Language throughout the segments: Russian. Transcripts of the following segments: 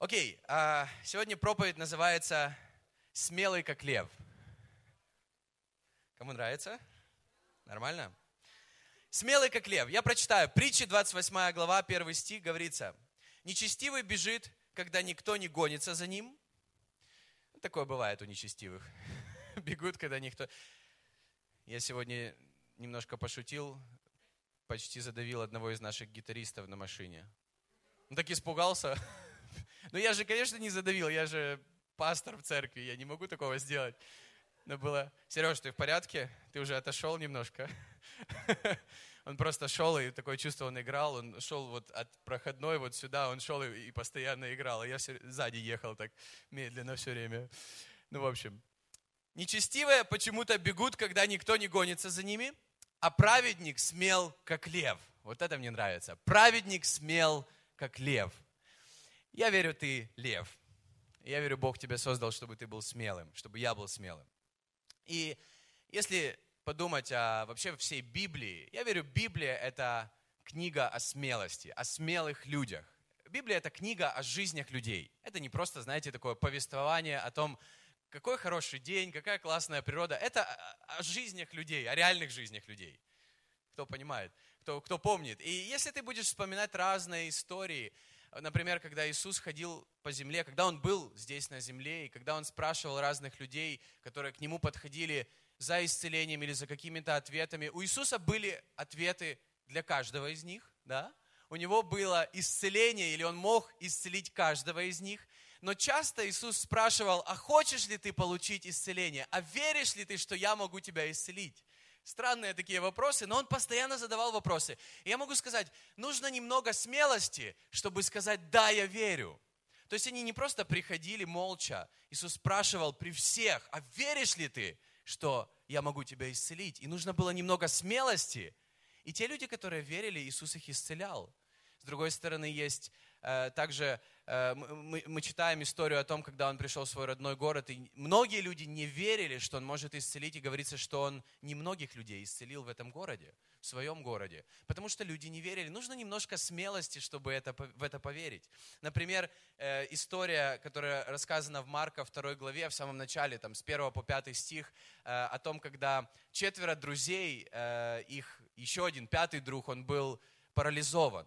Окей, сегодня проповедь называется «Смелый как лев». Кому нравится? Нормально? «Смелый как лев». Я прочитаю. Притча, 28 глава, 1 стих, говорится: «Нечестивый бежит, когда никто не гонится за ним». Такое бывает у нечестивых. Бегут, когда никто... Я сегодня немножко пошутил, почти задавил одного из наших гитаристов на машине. Он так испугался. Ну, я же, конечно, не задавил, я же пастор в церкви, я не могу такого сделать. Но было: Сереж, ты в порядке? Ты уже отошел немножко? Он просто шел, и такое чувство, он играл, он шел вот от проходной вот сюда, он шел и постоянно играл, а я сзади ехал так медленно все время. Ну, в общем, нечестивые почему-то бегут, когда никто не гонится за ними, а праведник смел, как лев. Вот это мне нравится. Праведник смел, как лев. Я верю, ты лев. Я верю, Бог тебя создал, чтобы ты был смелым, чтобы я был смелым. И если подумать о вообще всей Библии, я верю, Библия – это книга о смелости, о смелых людях. Библия – это книга о жизнях людей. Это не просто, знаете, такое повествование о том, какой хороший день, какая классная природа. Это о жизнях людей, о реальных жизнях людей. Кто понимает, кто помнит. И если ты будешь вспоминать разные истории, например, когда Иисус ходил по земле, когда Он был здесь на земле, и когда Он спрашивал разных людей, которые к Нему подходили за исцелением или за какими-то ответами, у Иисуса были ответы для каждого из них, да? У Него было исцеление, или Он мог исцелить каждого из них. Но часто Иисус спрашивал: а хочешь ли ты получить исцеление? А веришь ли ты, что я могу тебя исцелить? Странные такие вопросы, но Он постоянно задавал вопросы. И я могу сказать, нужно немного смелости, чтобы сказать: да, я верю. То есть они не просто приходили молча. Иисус спрашивал при всех: а веришь ли ты, что я могу тебя исцелить? И нужно было немного смелости. И те люди, которые верили, Иисус их исцелял. С другой стороны, есть также, мы читаем историю о том, когда Он пришел в свой родной город, и многие люди не верили, что Он может исцелить, и говорится, что Он немногих людей исцелил в этом городе, в своем городе, потому что люди не верили. Нужно немножко смелости, чтобы в это поверить. Например, история, которая рассказана в Марка 2 главе, в самом начале, там, с 1 по 5 стих, о том, когда 4 друзей, их еще один, 5 друг, он был парализован.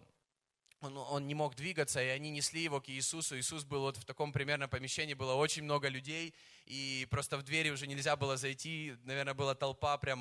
Он не мог двигаться, и они несли его к Иисусу. Иисус был вот в таком примерно помещении, было очень много людей, и просто в двери уже нельзя было зайти. Наверное, была толпа, прям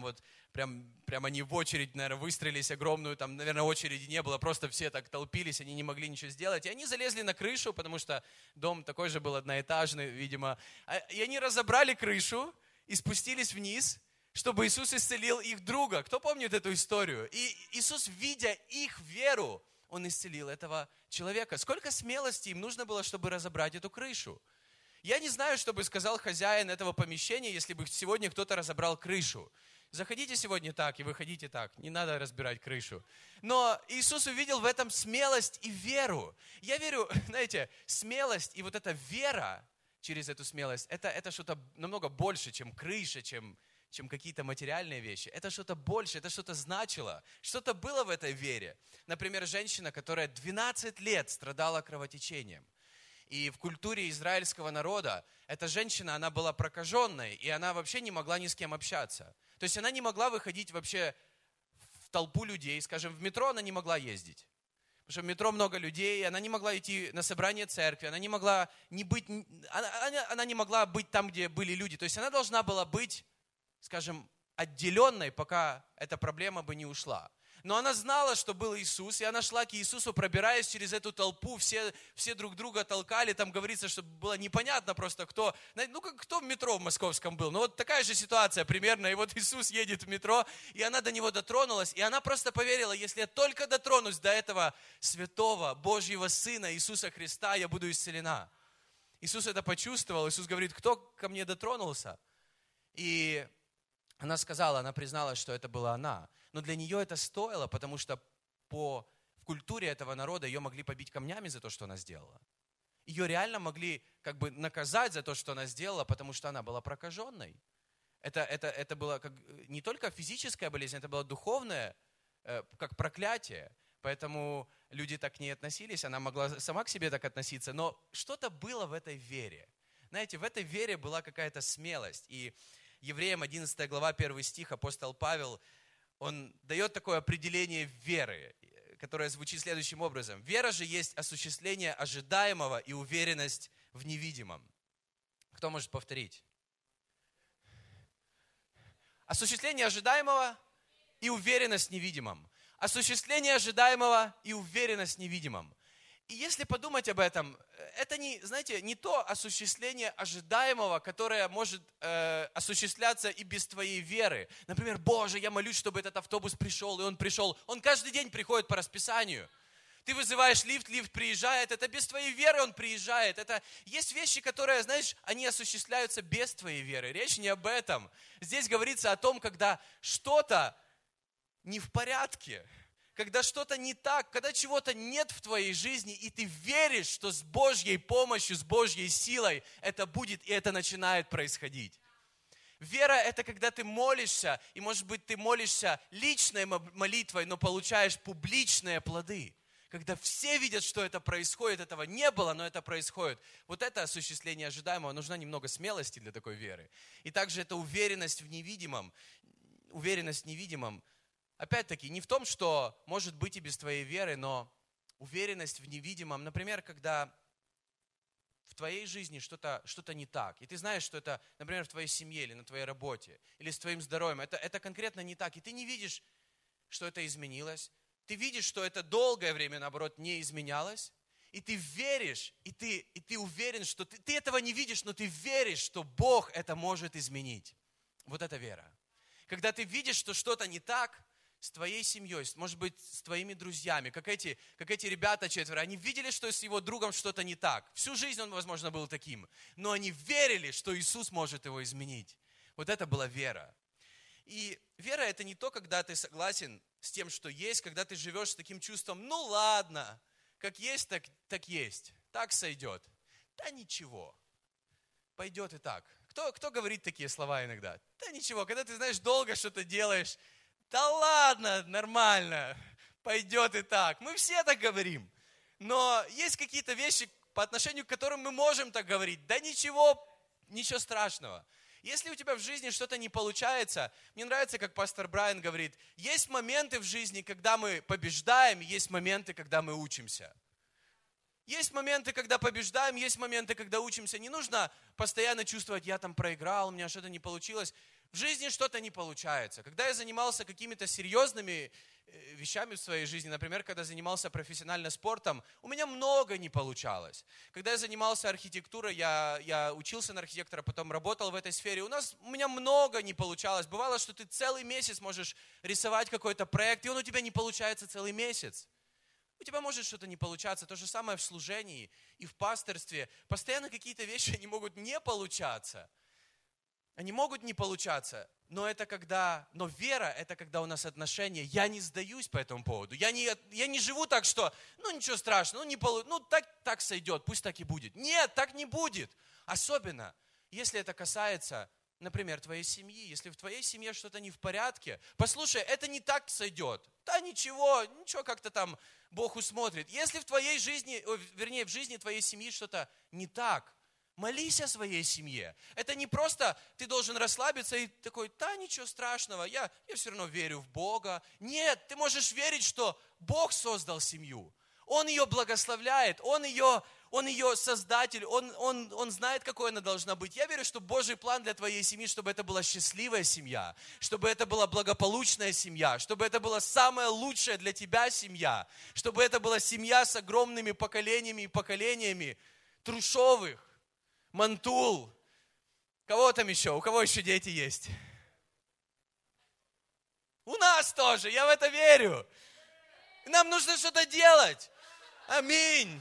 они в очередь, наверное, выстроились огромную, там, наверное, очереди не было, просто все так толпились, они не могли ничего сделать. И они залезли на крышу, потому что дом такой же был одноэтажный, видимо. И они разобрали крышу и спустились вниз, чтобы Иисус исцелил их друга. Кто помнит эту историю? И Иисус, видя их веру, Он исцелил этого человека. Сколько смелости им нужно было, чтобы разобрать эту крышу? Я не знаю, что бы сказал хозяин этого помещения, если бы сегодня кто-то разобрал крышу. Заходите сегодня так и выходите так. Не надо разбирать крышу. Но Иисус увидел в этом смелость и веру. Я верю, знаете, смелость и вот эта вера через эту смелость, это что-то намного больше, чем крыша, чем какие-то материальные вещи. Это что-то больше, это что-то значило. Что-то было в этой вере. Например, женщина, которая 12 лет страдала кровотечением. И в культуре израильского народа эта женщина, она была прокаженной, и она вообще не могла ни с кем общаться. То есть она не могла выходить вообще в толпу людей. Скажем, в метро она не могла ездить. Потому что в метро много людей, она не могла идти на собрание церкви, она не могла быть там, где были люди. То есть она должна была быть, скажем, отделенной, пока эта проблема бы не ушла. Но она знала, что был Иисус, и она шла к Иисусу, пробираясь через эту толпу, все друг друга толкали, там говорится, что было непонятно просто, кто в метро в московском был. Ну вот такая же ситуация примерно, и вот Иисус едет в метро, и она до него дотронулась, и она просто поверила: если я только дотронусь до этого святого Божьего Сына Иисуса Христа, я буду исцелена. Иисус это почувствовал, Иисус говорит: кто ко мне дотронулся? И она призналась, что это была она. Но для нее это стоило, потому что в культуре этого народа ее могли побить камнями за то, что она сделала. Ее реально могли наказать за то, что она сделала, потому что она была прокаженной. Это было не только физическая болезнь, это было духовное, как проклятие. поэтому люди так к ней относились, она могла сама к себе так относиться, но что-то было в этой вере. Знаете, в этой вере была какая-то смелость. И Евреям 11 глава, 1 стих, апостол Павел, он дает такое определение веры, которое звучит следующим образом. Вера же есть осуществление ожидаемого и уверенность в невидимом. Кто может повторить? Осуществление ожидаемого и уверенность в невидимом. Осуществление ожидаемого и уверенность в невидимом. И если подумать об этом, это не, знаете, не то осуществление ожидаемого, которое может осуществляться и без твоей веры. Например, Боже, я молюсь, чтобы этот автобус пришел, и он пришел. Он каждый день приходит по расписанию. Ты вызываешь лифт, лифт приезжает. Это без твоей веры он приезжает. Это есть вещи, которые, знаешь, они осуществляются без твоей веры. Речь не об этом. Здесь говорится о том, когда что-то не в порядке, когда что-то не так, когда чего-то нет в твоей жизни, и ты веришь, что с Божьей помощью, с Божьей силой это будет, и это начинает происходить. Вера – это когда ты молишься, и, может быть, ты молишься личной молитвой, но получаешь публичные плоды. Когда все видят, что это происходит, этого не было, но это происходит. Вот это осуществление ожидаемого. Нужна немного смелости для такой веры. И также это уверенность в невидимом. Уверенность в невидимом. Опять-таки, не в том, что может быть и без твоей веры, но уверенность в невидимом. Например, когда в твоей жизни что-то не так, и ты знаешь, что это, например, в твоей семье или на твоей работе, или с твоим здоровьем, это конкретно не так, и ты не видишь, что это изменилось. Ты видишь, что это долгое время, наоборот, не изменялось, и ты веришь, и ты уверен, что ты этого не видишь, но ты веришь, что Бог это может изменить. Вот это вера. Когда ты видишь, что что-то не так с твоей семьей, может быть, с твоими друзьями, как эти ребята четверо, они видели, что с его другом что-то не так. Всю жизнь он, возможно, был таким, но они верили, что Иисус может его изменить. Вот это была вера. И вера – это не то, когда ты согласен с тем, что есть, когда ты живешь с таким чувством, ну ладно, как есть, так есть, так сойдет. Да ничего, пойдет и так. Кто говорит такие слова иногда? Да ничего, когда ты, знаешь, долго что-то делаешь, да ладно, нормально, пойдет и так. Мы все так говорим. Но есть какие-то вещи, по отношению к которым мы можем так говорить. Да ничего страшного. Если у тебя в жизни что-то не получается, мне нравится, как пастор Брайан говорит, есть моменты в жизни, когда мы побеждаем, есть моменты, когда мы учимся. Есть моменты, когда побеждаем, есть моменты, когда учимся. Не нужно постоянно чувствовать, я там проиграл, у меня что-то не получилось. В жизни что-то не получается. Когда я занимался какими-то серьезными вещами в своей жизни, например, когда занимался профессионально спортом, у меня много не получалось. Когда я занимался архитектурой, я учился на архитектора, потом работал в этой сфере, у меня много не получалось. Бывало, что ты целый месяц можешь рисовать какой-то проект, и он у тебя не получается целый месяц. У тебя может что-то не получаться. То же самое в служении и в пасторстве. Постоянно какие-то вещи не могут не получаться. Они могут не получаться, но вера – это когда у нас отношения. Я не сдаюсь по этому поводу. Я не живу так, что, ничего страшного, так сойдет, пусть так и будет. Нет, так не будет. Особенно, если это касается, например, твоей семьи. Если в твоей семье что-то не в порядке, послушай, это не так сойдет. Да ничего как-то там Бог усмотрит. Если в твоей жизни, в жизни твоей семьи что-то не так, молись о своей семье. Это не просто ты должен расслабиться и такой, да ничего страшного, я все равно верю в Бога. Нет, ты можешь верить, что Бог создал семью. Он ее благословляет, Он ее создатель, он знает, какой она должна быть. Я верю, что Божий план для твоей семьи, чтобы это была счастливая семья, чтобы это была благополучная семья, чтобы это была самая лучшая для тебя семья, чтобы это была семья с огромными поколениями и поколениями Трушовых, Мантул. Кого там еще? У кого еще дети есть? У нас тоже, я в это верю. Нам нужно что-то делать. Аминь.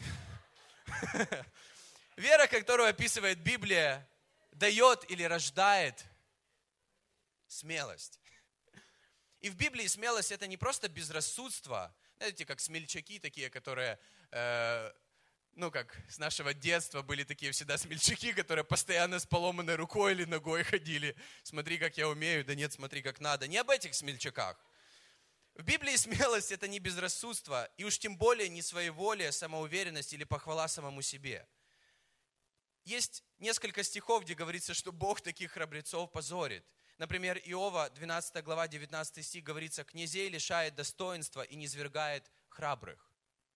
Вера, которую описывает Библия, дает или рождает смелость. И в Библии смелость – это не просто безрассудство. Знаете, как смельчаки такие, которые... как с нашего детства были такие всегда смельчаки, которые постоянно с поломанной рукой или ногой ходили. Смотри, как я умею, да нет, смотри, как надо. Не об этих смельчаках. В Библии смелость – это не безрассудство, и уж тем более не своеволие, самоуверенность или похвала самому себе. Есть несколько стихов, где говорится, что Бог таких храбрецов позорит. Например, Иова, 12 глава, 19 стих, говорится: «Князей лишает достоинства и низвергает храбрых».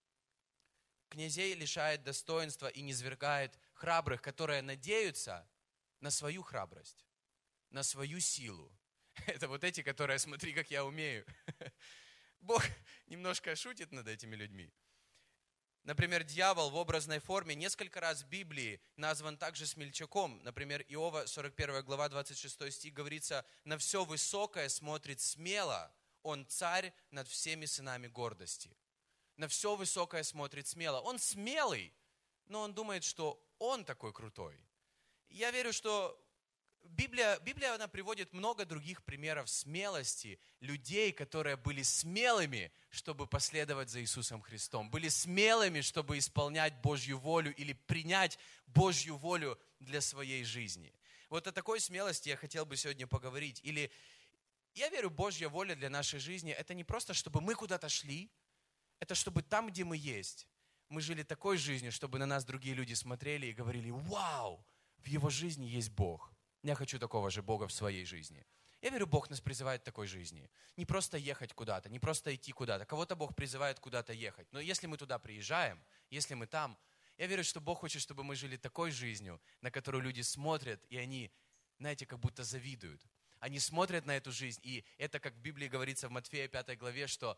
Князей лишает достоинства и низвергает храбрых, которые надеются на свою храбрость, на свою силу. Это вот эти, которые «смотри, как я умею». Бог немножко шутит над этими людьми. Например, дьявол в образной форме несколько раз в Библии назван также смельчаком. Например, Иова, 41 глава, 26 стих, говорится: «На все высокое смотрит смело, он царь над всеми сынами гордости». На все высокое смотрит смело. Он смелый, но он думает, что он такой крутой. Я верю, что Библия, она приводит много других примеров смелости людей, которые были смелыми, чтобы последовать за Иисусом Христом, были смелыми, чтобы исполнять Божью волю или принять Божью волю для своей жизни. Вот о такой смелости я хотел бы сегодня поговорить. Или я верю, Божья воля для нашей жизни – это не просто, чтобы мы куда-то шли, это чтобы там, где мы есть, мы жили такой жизнью, чтобы на нас другие люди смотрели и говорили: «Вау, в его жизни есть Бог». Я хочу такого же Бога в своей жизни. Я верю, Бог нас призывает к такой жизни. Не просто ехать куда-то, не просто идти куда-то. Кого-то Бог призывает куда-то ехать. Но если мы туда приезжаем, если мы там, я верю, что Бог хочет, чтобы мы жили такой жизнью, на которую люди смотрят, и они, знаете, как будто завидуют. Они смотрят на эту жизнь, и это, как в Библии говорится в Матфея 5 главе, что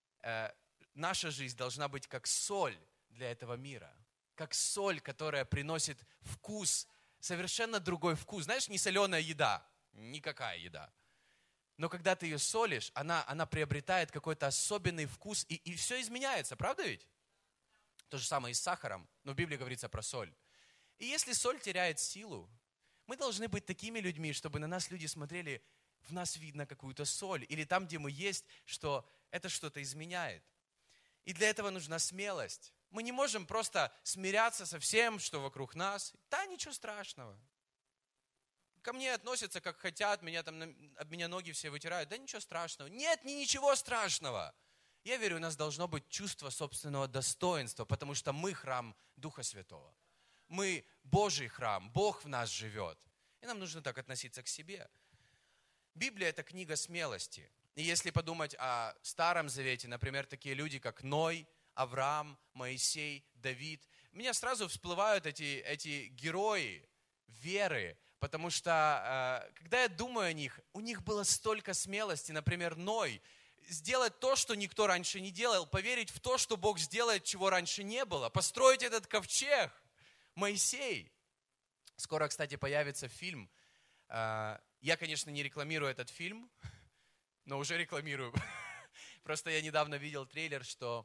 наша жизнь должна быть как соль для этого мира. Как соль, которая приносит вкус, совершенно другой вкус. Знаешь, не соленая еда, никакая еда. Но когда ты ее солишь, она приобретает какой-то особенный вкус, и все изменяется, правда ведь? То же самое и с сахаром, но в Библии говорится про соль. И если соль теряет силу, мы должны быть такими людьми, чтобы на нас люди смотрели: в нас видно какую-то соль, или там, где мы есть, что это что-то изменяет. И для этого нужна смелость. Мы не можем просто смиряться со всем, что вокруг нас. Да, ничего страшного. Ко мне относятся, как хотят, об меня ноги все вытирают. Да ничего страшного. Нет, ничего страшного. Я верю, у нас должно быть чувство собственного достоинства, потому что мы храм Духа Святого. Мы Божий храм, Бог в нас живет. И нам нужно так относиться к себе. Библия – это книга смелости. И если подумать о Старом Завете, например, такие люди, как Ной, Авраам, Моисей, Давид, у меня сразу всплывают эти герои веры, потому что, когда я думаю о них, у них было столько смелости. Например, Ной, сделать то, что никто раньше не делал, поверить в то, что Бог сделает, чего раньше не было, построить этот ковчег. Моисей. Скоро, кстати, появится фильм. Я, конечно, не рекламирую этот фильм, но уже рекламирую. Просто я недавно видел трейлер, что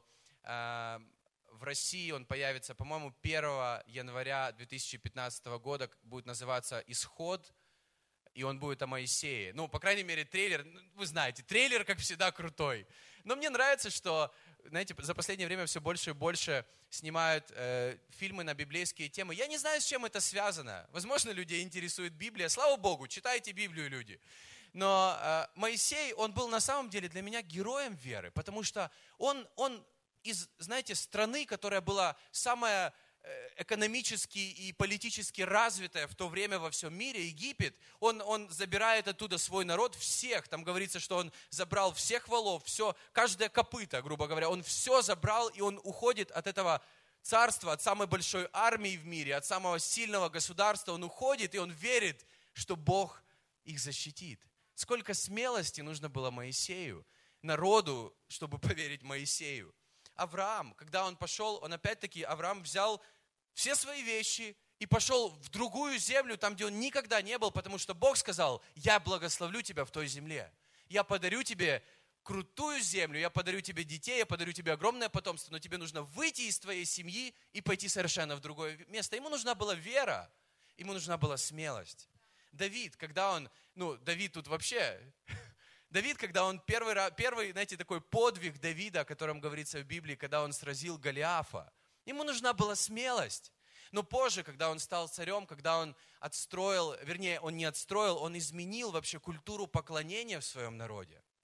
в России он появится, по-моему, 1 января 2015 года, будет называться «Исход», и он будет о Моисее. Ну, по крайней мере, трейлер, вы знаете, трейлер, как всегда, крутой. Но мне нравится, что, знаете, за последнее время все больше и больше снимают фильмы на библейские темы. Я не знаю, с чем это связано. Возможно, людей интересует Библия. Слава Богу, читайте Библию, люди. Но Моисей, он был на самом деле для меня героем веры, потому что он из, знаете, страны, которая была самая экономически и политически развитая в то время во всем мире, Египет, он забирает оттуда свой народ, всех, там говорится, что он забрал всех волов, все, каждое копыто, грубо говоря, он все забрал, и он уходит от этого царства, от самой большой армии в мире, от самого сильного государства, он уходит, и он верит, что Бог их защитит. Сколько смелости нужно было Моисею, народу, чтобы поверить Моисею. Авраам, когда он пошел, Авраам взял все свои вещи и пошел в другую землю, там, где он никогда не был, потому что Бог сказал: я благословлю тебя в той земле. Я подарю тебе крутую землю, я подарю тебе детей, я подарю тебе огромное потомство, но тебе нужно выйти из твоей семьи и пойти совершенно в другое место. Ему нужна была вера, ему нужна была смелость. Давид, когда он, Давид тут вообще... Давид, когда он первый, знаете, такой подвиг Давида, о котором говорится в Библии, когда он сразил Голиафа, ему нужна была смелость. Но позже, когда он стал царем, когда он он не отстроил, он изменил вообще культуру поклонения в своем народе.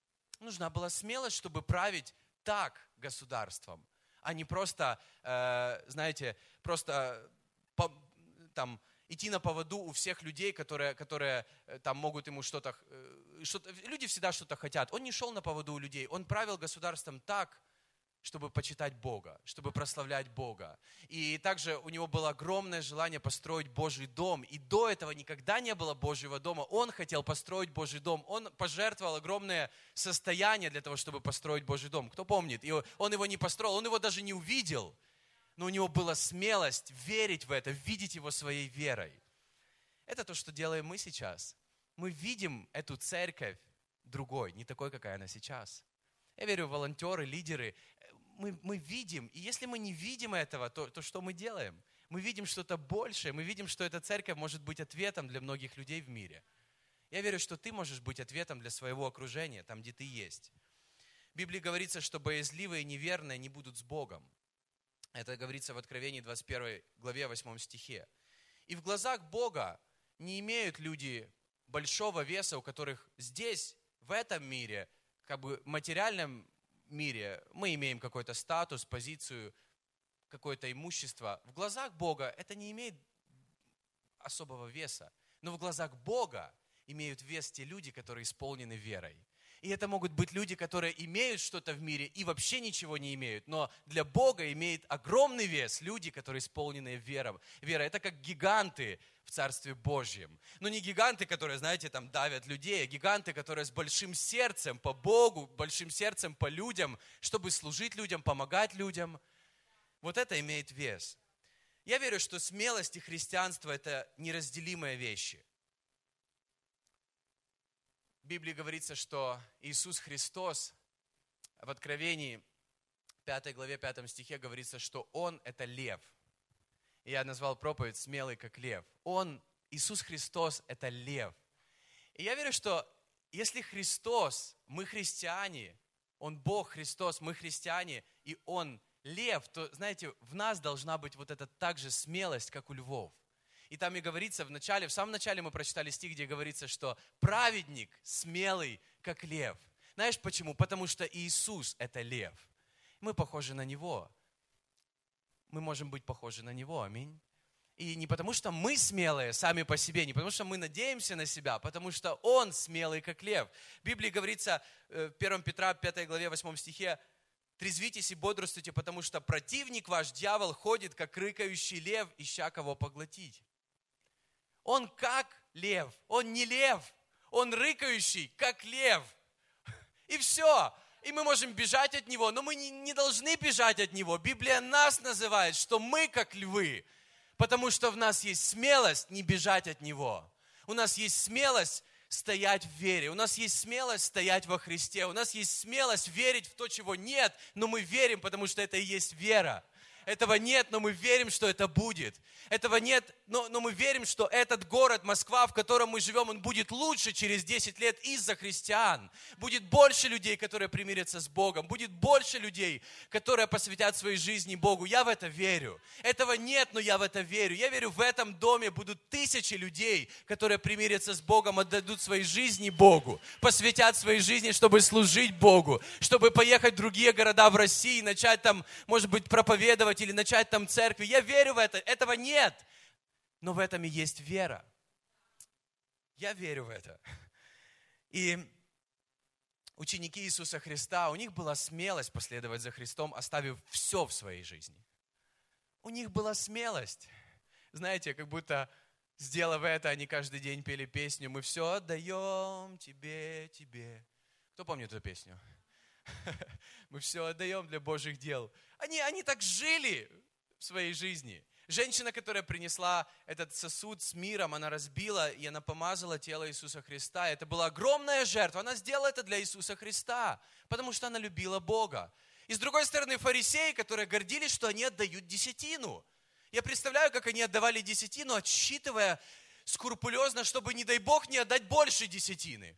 Нужна была смелость, чтобы править так государством, а не просто, знаете, просто там идти на поводу у всех людей, которые там могут ему что-то... Люди всегда что-то хотят. Он не шел на поводу у людей, он правил государством так, чтобы почитать Бога, чтобы прославлять Бога. И также у него было огромное желание построить Божий дом. И до этого никогда не было Божьего дома. Он хотел построить Божий дом. Он пожертвовал огромное состояние для того, чтобы построить Божий дом. Кто помнит? И он его не построил, он его даже не увидел. Но у него была смелость верить в это, видеть его своей верой. Это то, что делаем мы сейчас. Мы видим эту церковь другой, не такой, какая она сейчас. Я верю, волонтеры, лидеры, мы видим, и если мы не видим этого, то что мы делаем? Мы видим что-то большее, мы видим, что эта церковь может быть ответом для многих людей в мире. Я верю, что ты можешь быть ответом для своего окружения, там, где ты есть. В Библии говорится, что боязливые и неверные не будут с Богом. Это говорится в Откровении 21 главе 8 стихе. И в глазах Бога не имеют люди большого веса, у которых здесь, в этом мире, как бы материальном мире, мы имеем какой-то статус, позицию, какое-то имущество. В глазах Бога это не имеет особого веса. Но в глазах Бога имеют вес те люди, которые исполнены верой. И это могут быть люди, которые имеют что-то в мире и вообще ничего не имеют. Но для Бога имеет огромный вес люди, которые исполнены верой. Это как гиганты в Царстве Божьем. Но не гиганты, которые, знаете, там давят людей, а гиганты, которые с большим сердцем по Богу, большим сердцем по людям, чтобы служить людям, помогать людям. Вот это имеет вес. Я верю, что смелость и христианство – это неразделимые вещи. В Библии говорится, что Иисус Христос, в Откровении 5 главе 5 стихе говорится, что Он – это лев. И я назвал проповедь «Смелый, как лев». Иисус Христос – это лев. И я верю, что если Христос, мы христиане, Он Бог Христос, мы христиане, и Он лев, то, знаете, в нас должна быть вот эта также смелость, как у львов. И там и говорится в самом начале мы прочитали стих, где говорится, что праведник смелый, как лев. Знаешь почему? Потому что Иисус – это лев. Мы похожи на Него. Мы можем быть похожи на Него. Аминь. И не потому, что мы смелые сами по себе, не потому, что мы надеемся на себя, а потому что Он смелый, как лев. В Библии говорится в 1 Петра 5 главе 8 стихе: «Трезвитесь и бодрствуйте, потому что противник ваш, дьявол, ходит, как рыкающий лев, ища кого поглотить». Он как лев, он не лев, он рыкающий, как лев. И все. И мы можем бежать от него, но мы не должны бежать от него. Библия нас называет, что мы как львы, потому что в нас есть смелость не бежать от него. У нас есть смелость стоять в вере, у нас есть смелость стоять во Христе, у нас есть смелость верить в то, чего нет, но мы верим, потому что это и есть вера. Этого нет, но мы верим, что это будет. Этого нет, но мы верим, что этот город, Москва, в котором мы живем, он будет лучше через 10 лет из-за христиан. Будет больше людей, которые примирятся с Богом. Будет больше людей, которые посвятят своей жизни Богу. Я в это верю. Этого нет, но я в это верю. Я верю, в этом доме будут тысячи людей, которые примирятся с Богом, отдадут свои жизни Богу, посвятят своей жизни, чтобы служить Богу, чтобы поехать в другие города в России, начать там, может быть, проповедовать, или начать там церкви. Я верю в это. Этого нет. Но в этом и есть вера. Я верю в это. И ученики Иисуса Христа, у них была смелость последовать за Христом, оставив все в своей жизни. У них была смелость. Знаете, как будто, сделав это, они каждый день пели песню «Мы все отдаем тебе, тебе». Кто помнит эту песню? Мы все отдаем для Божьих дел. Они так жили в своей жизни. Женщина, которая принесла этот сосуд с миром, она разбила, и она помазала тело Иисуса Христа. Это была огромная жертва. Она сделала это для Иисуса Христа, потому что она любила Бога. И с другой стороны, фарисеи, которые гордились, что они отдают десятину. Я представляю, как они отдавали десятину, отсчитывая скрупулезно, чтобы, не дай Бог, не отдать больше десятины.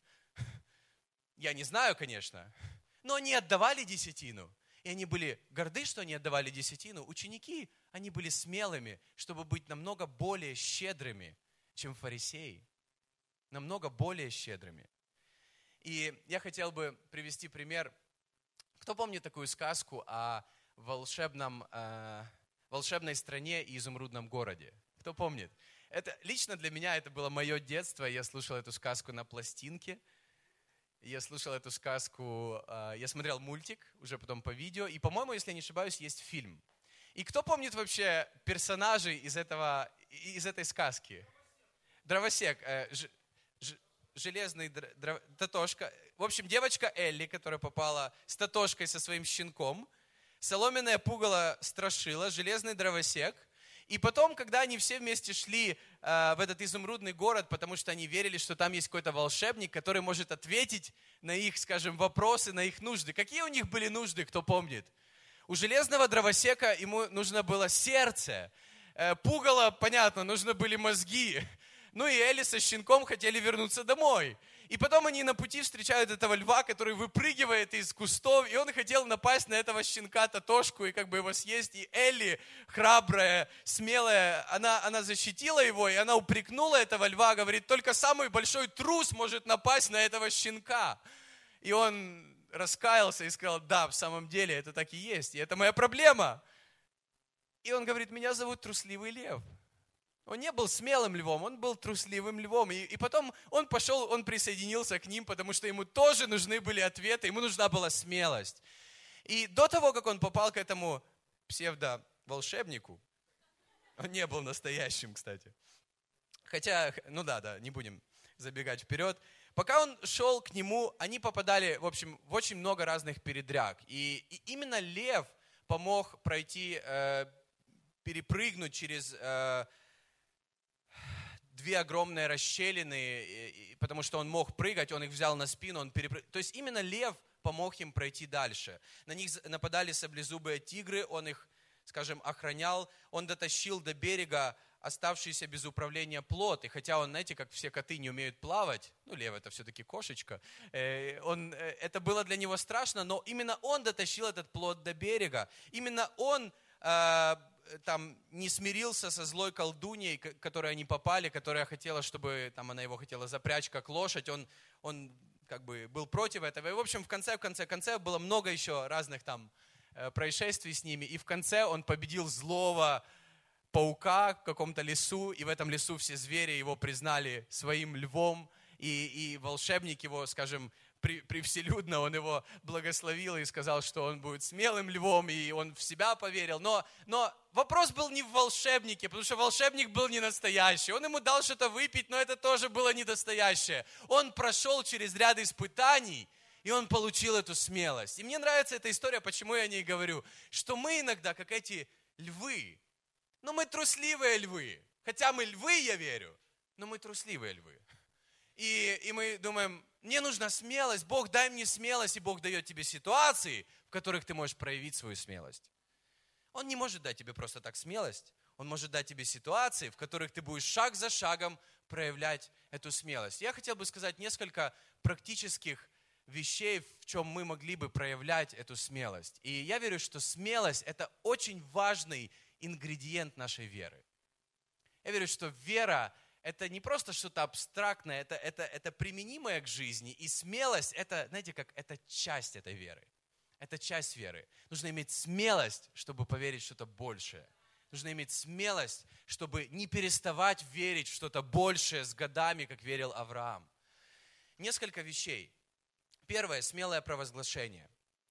Я не знаю, конечно. Но они отдавали десятину, и они были горды, что они отдавали десятину. Ученики, они были смелыми, чтобы быть намного более щедрыми, чем фарисеи. Намного более щедрыми. И я хотел бы привести пример. Кто помнит такую сказку о волшебной стране и изумрудном городе? Кто помнит? Лично для меня это было мое детство. Я слушал эту сказку на пластинке. Я слушал эту сказку, я смотрел мультик, уже потом по видео. И, по-моему, если я не ошибаюсь, есть фильм. И кто помнит вообще персонажей из этой сказки? Дровосек, железный Татошка. В общем, девочка Элли, которая попала с Татошкой со своим щенком, соломенное пугало Страшила, железный дровосек. И потом, когда они все вместе шли в этот изумрудный город, потому что они верили, что там есть какой-то волшебник, который может ответить на их, скажем, вопросы, на их нужды. Какие у них были нужды, кто помнит? У железного дровосека ему нужно было сердце. Пугало, понятно, нужны были мозги. Ну и Элли со щенком хотели вернуться домой. И потом они на пути встречают этого льва, который выпрыгивает из кустов, и он хотел напасть на этого щенка Татошку и как бы его съесть. И Элли, храбрая, смелая, она защитила его, и она упрекнула этого льва, говорит, только самый большой трус может напасть на этого щенка. И он раскаялся и сказал, да, в самом деле это так и есть, и это моя проблема. И он говорит, меня зовут трусливый лев. Он не был смелым львом, он был трусливым львом. И потом он пошел, он присоединился к ним, потому что ему тоже нужны были ответы, ему нужна была смелость. И до того, как он попал к этому псевдо-волшебнику, он не был настоящим, кстати. Хотя, ну да, не будем забегать вперед. Пока он шел к нему, они попадали, в общем, в очень много разных передряг. И именно лев помог пройти, перепрыгнуть через две огромные расщелины, потому что он мог прыгать, он их взял на спину, он перепрыгнул. То есть именно лев помог им пройти дальше. На них нападали саблезубые тигры, он их, скажем, охранял, он дотащил до берега оставшийся без управления плот. И хотя он, знаете, как все коты не умеют плавать, ну, лев это все-таки кошечка, это было для него страшно, но именно он дотащил этот плот до берега. Именно он там не смирился со злой колдуньей, в которой они попали, которая хотела, чтобы там, она его хотела запрячь как лошадь. Он как бы был против этого. И, в общем, в конце было много еще разных там происшествий с ними. И в конце он победил злого паука в каком-то лесу, и в этом лесу все звери его признали своим львом, и волшебник его, скажем, привселюдно он его благословил и сказал, что он будет смелым львом, и он в себя поверил. Но вопрос был не в волшебнике, потому что волшебник был не настоящий. Он ему дал что-то выпить, но это тоже было не настоящее. Он прошел через ряд испытаний, и он получил эту смелость. И мне нравится эта история, почему я о ней говорю, что мы иногда, как эти львы, но мы трусливые львы. Хотя мы львы, я верю, но мы трусливые львы. И мы думаем, мне нужна смелость, Бог, дай мне смелость, и Бог дает тебе ситуации, в которых ты можешь проявить свою смелость. Он не может дать тебе просто так смелость, Он может дать тебе ситуации, в которых ты будешь шаг за шагом проявлять эту смелость. Я хотел бы сказать несколько практических вещей, в чем мы могли бы проявлять эту смелость. И я верю, что смелость – это очень важный ингредиент нашей веры. Я верю, что вера – это не просто что-то абстрактное, это применимое к жизни. И смелость – это, знаете, как это часть этой веры. Это часть веры. Нужно иметь смелость, чтобы поверить в что-то большее. Нужно иметь смелость, чтобы не переставать верить в что-то большее с годами, как верил Авраам. Несколько вещей. Первое – смелое провозглашение.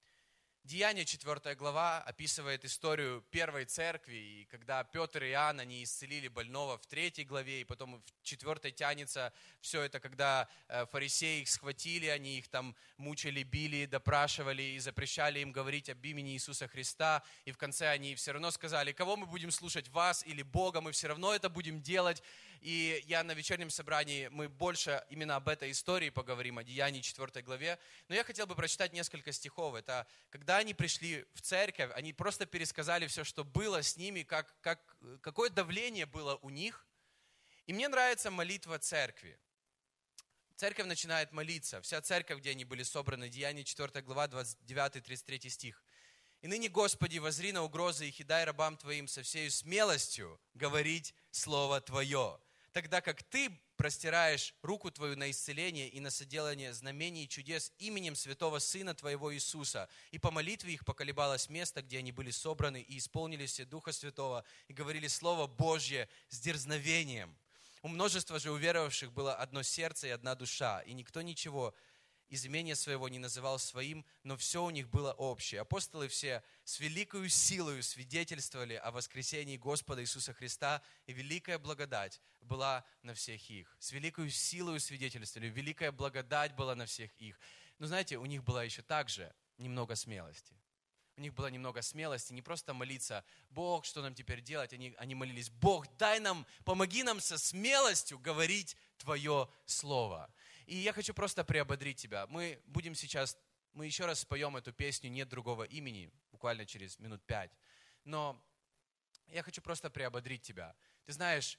Деяния 4 глава описывает историю первой церкви, и когда Петр и Иоанн, они исцелили больного в 3 главе, и потом в 4 тянется все это, когда фарисеи их схватили, они их там мучили, били, допрашивали и запрещали им говорить об имени Иисуса Христа, и в конце они все равно сказали, кого мы будем слушать, вас или Бога, мы все равно это будем делать. И я на вечернем собрании, мы больше именно об этой истории поговорим, о Деянии 4 главе. Но я хотел бы прочитать несколько стихов. Это когда они пришли в церковь, они просто пересказали все, что было с ними, какое давление было у них. И мне нравится молитва церкви. Церковь начинает молиться. Вся церковь, где они были собраны, Деяние 4 глава, 29-33 стих. «И ныне, Господи, воззри на угрозы их и дай рабам Твоим со всею смелостью говорить Слово Твое. тогда как Ты простираешь руку Твою на исцеление и на соделание знамений и чудес именем святого Сына Твоего Иисуса. И по молитве их поколебалось место, где они были собраны, и исполнили все Духа Святого, и говорили Слово Божье с дерзновением. У множества же уверовавших было одно сердце и одна душа, и никто ничего из имения своего не называл своим, но все у них было общее. Апостолы все с великою силою свидетельствовали о воскресении Господа Иисуса Христа, и великая благодать была на всех их. С великою силою свидетельствовали, великая благодать была на всех их. Но знаете, у них была еще также немного смелости. У них было немного смелости, не просто молиться: Бог, что нам теперь делать? Они молились: Бог, дай нам, помоги нам со смелостью говорить Твое Слово. И я хочу просто приободрить тебя. Мы еще раз споем эту песню «Нет другого имени», буквально через минут 5. Но я хочу просто приободрить тебя. Ты знаешь,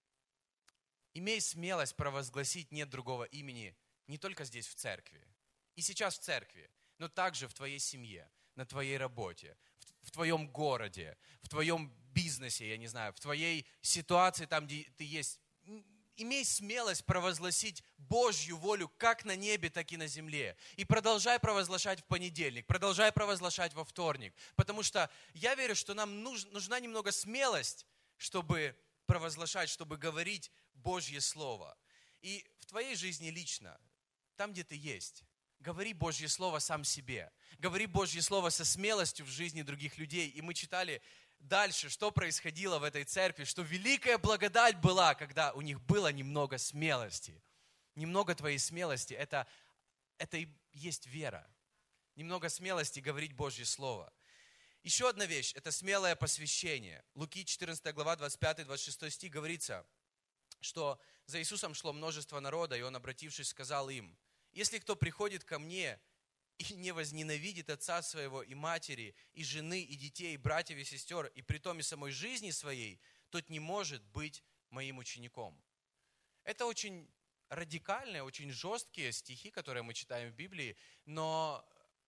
имей смелость провозгласить «Нет другого имени» не только здесь в церкви, и сейчас в церкви, но также в твоей семье, на твоей работе, в твоем городе, в твоем бизнесе, я не знаю, в твоей ситуации, там, где ты есть. Имей смелость провозгласить Божью волю как на небе, так и на земле. И продолжай провозглашать в понедельник, продолжай провозглашать во вторник. Потому что я верю, что нам нужна немного смелость, чтобы провозглашать, чтобы говорить Божье Слово. И в твоей жизни лично, там, где ты есть, говори Божье Слово сам себе. Говори Божье Слово со смелостью в жизни других людей. И мы читали дальше, что происходило в этой церкви, что великая благодать была, когда у них было немного смелости. Немного твоей смелости, это и есть вера. Немного смелости говорить Божье Слово. Еще одна вещь, это смелое посвящение. Луки 14 глава, 25-26 стих говорится, что за Иисусом шло множество народа, и Он, обратившись, сказал им: «Если кто приходит ко мне и не возненавидит отца своего и матери, и жены, и детей, и братьев, и сестер, и притом и самой жизни своей, тот не может быть моим учеником». Это очень радикальные, очень жесткие стихи, которые мы читаем в Библии, но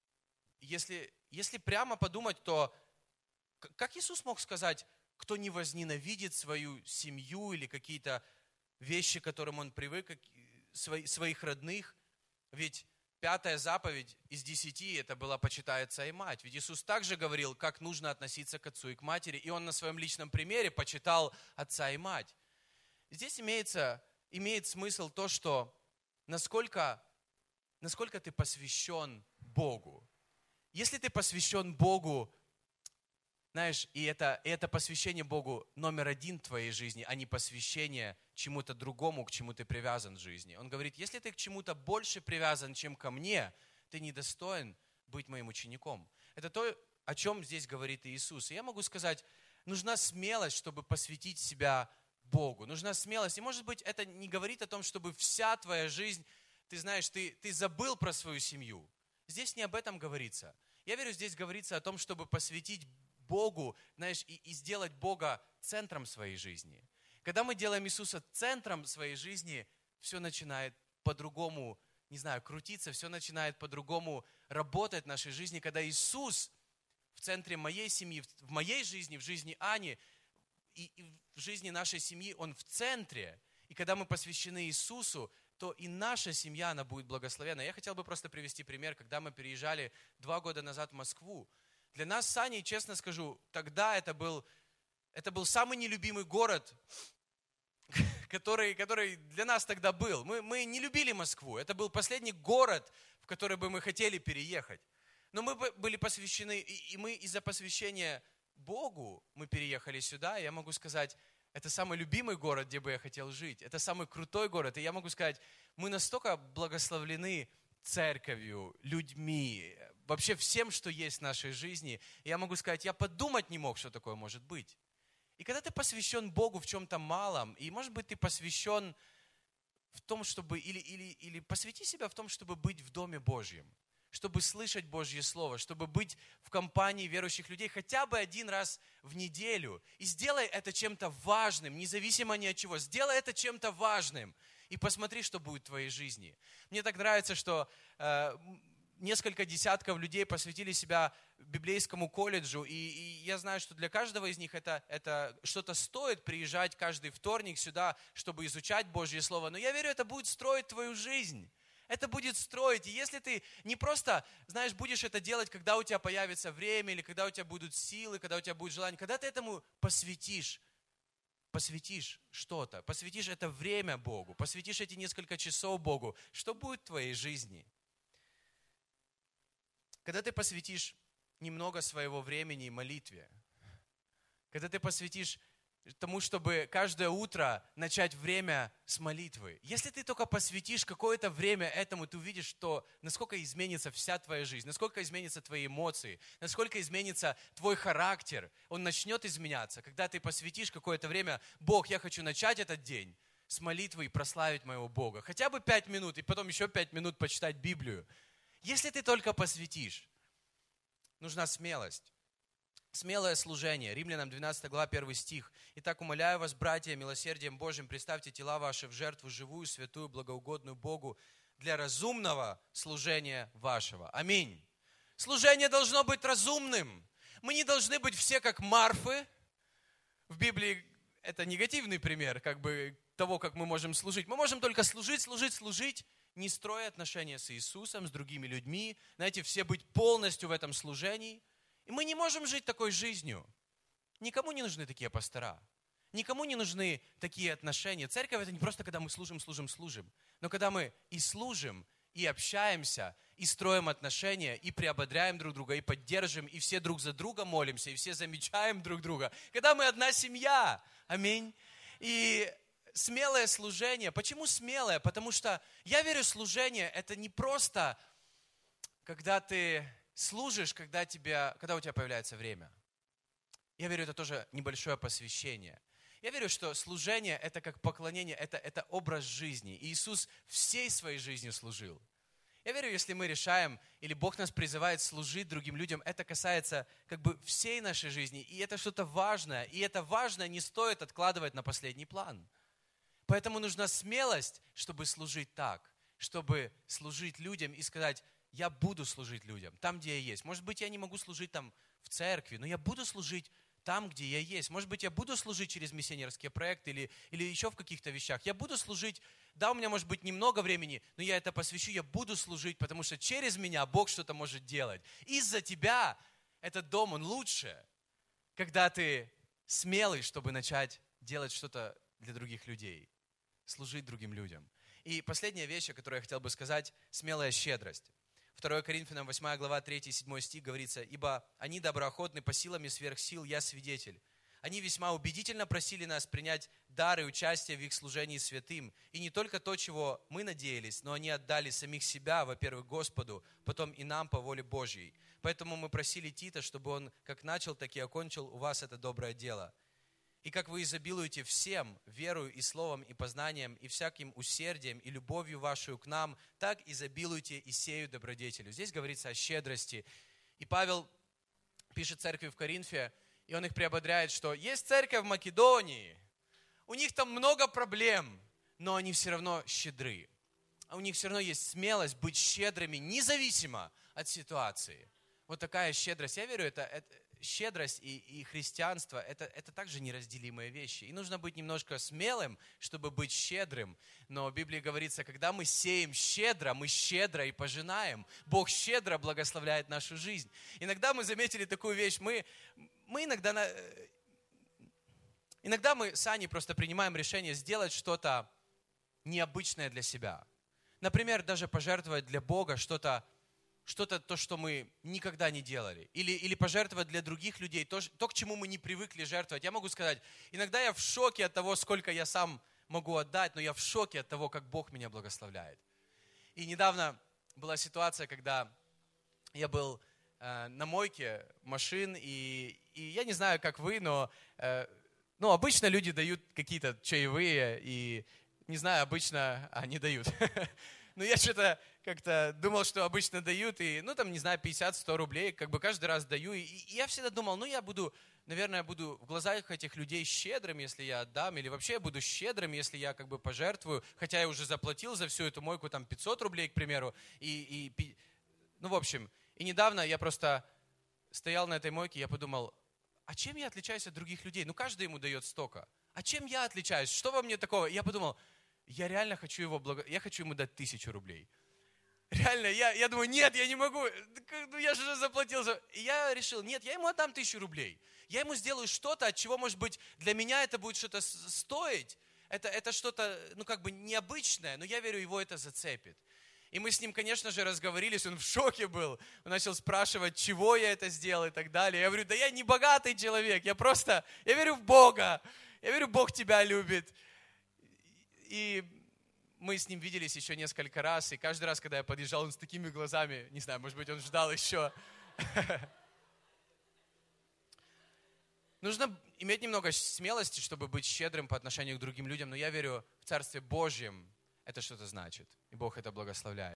если прямо подумать, то как Иисус мог сказать: кто не возненавидит свою семью или какие-то вещи, к которым он привык, своих родных? Ведь 5-я заповедь из 10 это была «почитай отца и мать». Ведь Иисус также говорил, как нужно относиться к отцу и к матери, и Он на своем личном примере почитал отца и мать. Здесь имеет смысл то, что насколько ты посвящен Богу. Если ты посвящен Богу, знаешь, и это посвящение Богу номер 1 в твоей жизни, а не посвящение чему-то другому, к чему ты привязан в жизни. Он говорит: если ты к чему-то больше привязан, чем ко мне, ты недостоин быть моим учеником. Это то, о чем здесь говорит Иисус. И я могу сказать, нужна смелость, чтобы посвятить себя Богу. Нужна смелость. И может быть, это не говорит о том, чтобы вся твоя жизнь, ты знаешь, ты забыл про свою семью. Здесь не об этом говорится. Я верю, здесь говорится о том, чтобы посвятить Богу, знаешь, и сделать Бога центром своей жизни. Когда мы делаем Иисуса центром своей жизни, все начинает по-другому, не знаю, крутиться, все начинает по-другому работать в нашей жизни. Когда Иисус в центре моей семьи, в моей жизни, в жизни Ани и в жизни нашей семьи, Он в центре. И когда мы посвящены Иисусу, то и наша семья, она будет благословенна. Я хотел бы просто привести пример, когда мы переезжали 2 года назад в Москву. Для нас с Аней, честно скажу, тогда это был самый нелюбимый город, который для нас тогда был. Мы не любили Москву. Это был последний город, в который бы мы хотели переехать. Но мы были посвящены, и мы из-за посвящения Богу мы переехали сюда. И я могу сказать, это самый любимый город, где бы я хотел жить. Это самый крутой город. И я могу сказать, мы настолько благословлены церковью, людьми, вообще всем, что есть в нашей жизни. И я могу сказать, я подумать не мог, что такое может быть. И когда ты посвящен Богу в чем-то малом, и может быть ты посвящен в том, чтобы, или посвяти себя в том, чтобы быть в Доме Божьем, чтобы слышать Божье Слово, чтобы быть в компании верующих людей хотя бы 1 раз в неделю. И сделай это чем-то важным, независимо ни от чего. Сделай это чем-то важным. И посмотри, что будет в твоей жизни. Мне так нравится, что несколько десятков людей посвятили себя библейскому колледжу, и я знаю, что для каждого из них это что-то стоит приезжать каждый вторник сюда, чтобы изучать Божье Слово. Но я верю, это будет строить твою жизнь. Это будет строить. И если ты не просто, знаешь, будешь это делать, когда у тебя появится время, или когда у тебя будут силы, когда у тебя будет желание, когда ты этому посвятишь что-то, посвятишь это время Богу, посвятишь эти несколько часов Богу, что будет в твоей жизни? Когда ты посвятишь немного своего времени молитве, когда ты посвятишь тому, чтобы каждое утро начать время с молитвы. Если ты только посвятишь какое-то время этому, ты увидишь, что насколько изменится вся твоя жизнь, насколько изменятся твои эмоции, насколько изменится твой характер. Он начнет изменяться. Когда ты посвятишь какое-то время, Бог, я хочу начать этот день с молитвы и прославить моего Бога. Хотя бы 5 минут, и потом еще 5 минут почитать Библию. Если ты только посвятишь, нужна смелость. Смелое служение. Римлянам 12 глава 1 стих. «Итак, умоляю вас, братья, милосердием Божьим, представьте тела ваши в жертву живую, святую, благоугодную Богу для разумного служения вашего». Аминь. Служение должно быть разумным. Мы не должны быть все как Марфы. В Библии это негативный пример того, как мы можем служить. Мы можем только служить, не строя отношения с Иисусом, с другими людьми. Знаете, все быть полностью в этом служении. И мы не можем жить такой жизнью. Никому не нужны такие пастора. Никому не нужны такие отношения. Церковь – это не просто, когда мы служим. Но когда мы и служим, и общаемся, и строим отношения, и приободряем друг друга, и поддерживаем, и все друг за друга молимся, и все замечаем друг друга. Когда мы одна семья. Аминь. И смелое служение. Почему смелое? Потому что я верю, служение – это не просто, когда ты служишь, когда у тебя появляется время. Я верю, это тоже небольшое посвящение. Я верю, что служение – это как поклонение, это образ жизни. И Иисус всей своей жизнью служил. Я верю, если мы решаем, или Бог нас призывает служить другим людям, это касается всей нашей жизни. И это что-то важное. И это важное не стоит откладывать на последний план. Поэтому нужна смелость, чтобы служить так, чтобы служить людям и сказать: я буду служить людям, там, где я есть. Может быть, я не могу служить там в церкви, но я буду служить там, где я есть. Может быть, я буду служить через миссионерские проекты или еще в каких-то вещах. Я буду служить, да, у меня может быть немного времени, но я это посвящу, я буду служить, потому что через меня Бог что-то может делать. Из-за тебя этот дом, он лучше, когда ты смелый, чтобы начать делать что-то для других людей, служить другим людям. И последняя вещь, о которой я хотел бы сказать, смелая щедрость. 2 Коринфянам 8 глава 3-7 стих говорится: «Ибо они доброохотны по силам и сверх сил, я свидетель. Они весьма убедительно просили нас принять дар и участие в их служении святым. И не только то, чего мы надеялись, но они отдали самих себя, во-первых, Господу, потом и нам по воле Божьей. Поэтому мы просили Тита, чтобы он как начал, так и окончил у вас это доброе дело. И как вы изобилуете всем, верою и словом, и познанием, и всяким усердием, и любовью вашу к нам, так изобилуйте и сею добродетелю». Здесь говорится о щедрости. И Павел пишет церкви в Коринфе, и он их приободряет, что есть церковь в Македонии, у них там много проблем, но они все равно щедры. А у них все равно есть смелость быть щедрыми, независимо от ситуации. Вот такая щедрость. Я верю, это щедрость и христианство – это также неразделимые вещи. И нужно быть немножко смелым, чтобы быть щедрым. Но в Библии говорится, когда мы сеем щедро, мы щедро и пожинаем. Бог щедро благословляет нашу жизнь. Иногда мы заметили такую вещь, мы иногда мы с Аней просто принимаем решение сделать что-то необычное для себя. Например, даже пожертвовать для Бога что-то, то, что мы никогда не делали. Или пожертвовать для других людей то, к чему мы не привыкли жертвовать. Я могу сказать, иногда я в шоке от того, сколько я сам могу отдать, но я в шоке от того, как Бог меня благословляет. И недавно была ситуация, когда я был на мойке машин, и я не знаю, как вы, но обычно люди дают какие-то чаевые, и не знаю, обычно они дают. Но я что-то как-то думал, что обычно дают, и, 50-100 рублей, каждый раз даю. И я всегда думал, я буду в глазах этих людей щедрым, если я отдам, или вообще я буду щедрым, если я пожертвую, хотя я уже заплатил за всю эту мойку 500 рублей, к примеру, в общем, и недавно я просто стоял на этой мойке, я подумал, а чем я отличаюсь от других людей? Ну, каждый ему дает столько. А чем я отличаюсь? Что во мне такого? Я подумал, я реально хочу я хочу ему дать 1000 рублей. Реально, я думаю, нет, я не могу, ну я же уже заплатил. И я решил, нет, я ему отдам 1000 рублей. Я ему сделаю что-то, от чего, может быть, для меня это будет что-то стоить. Это что-то, необычное, но я верю, его это зацепит. И мы с ним, конечно же, разговорились, он в шоке был. Он начал спрашивать, чего я это сделал и так далее. Я говорю, да я не богатый человек, я верю в Бога. Я верю, Бог тебя любит. И мы с ним виделись еще несколько раз, и каждый раз, когда я подъезжал, он с такими глазами, не знаю, может быть, он ждал еще. Нужно иметь немного смелости, чтобы быть щедрым по отношению к другим людям, но я верю, в Царстве Божьем это что-то значит, и Бог это благословляет.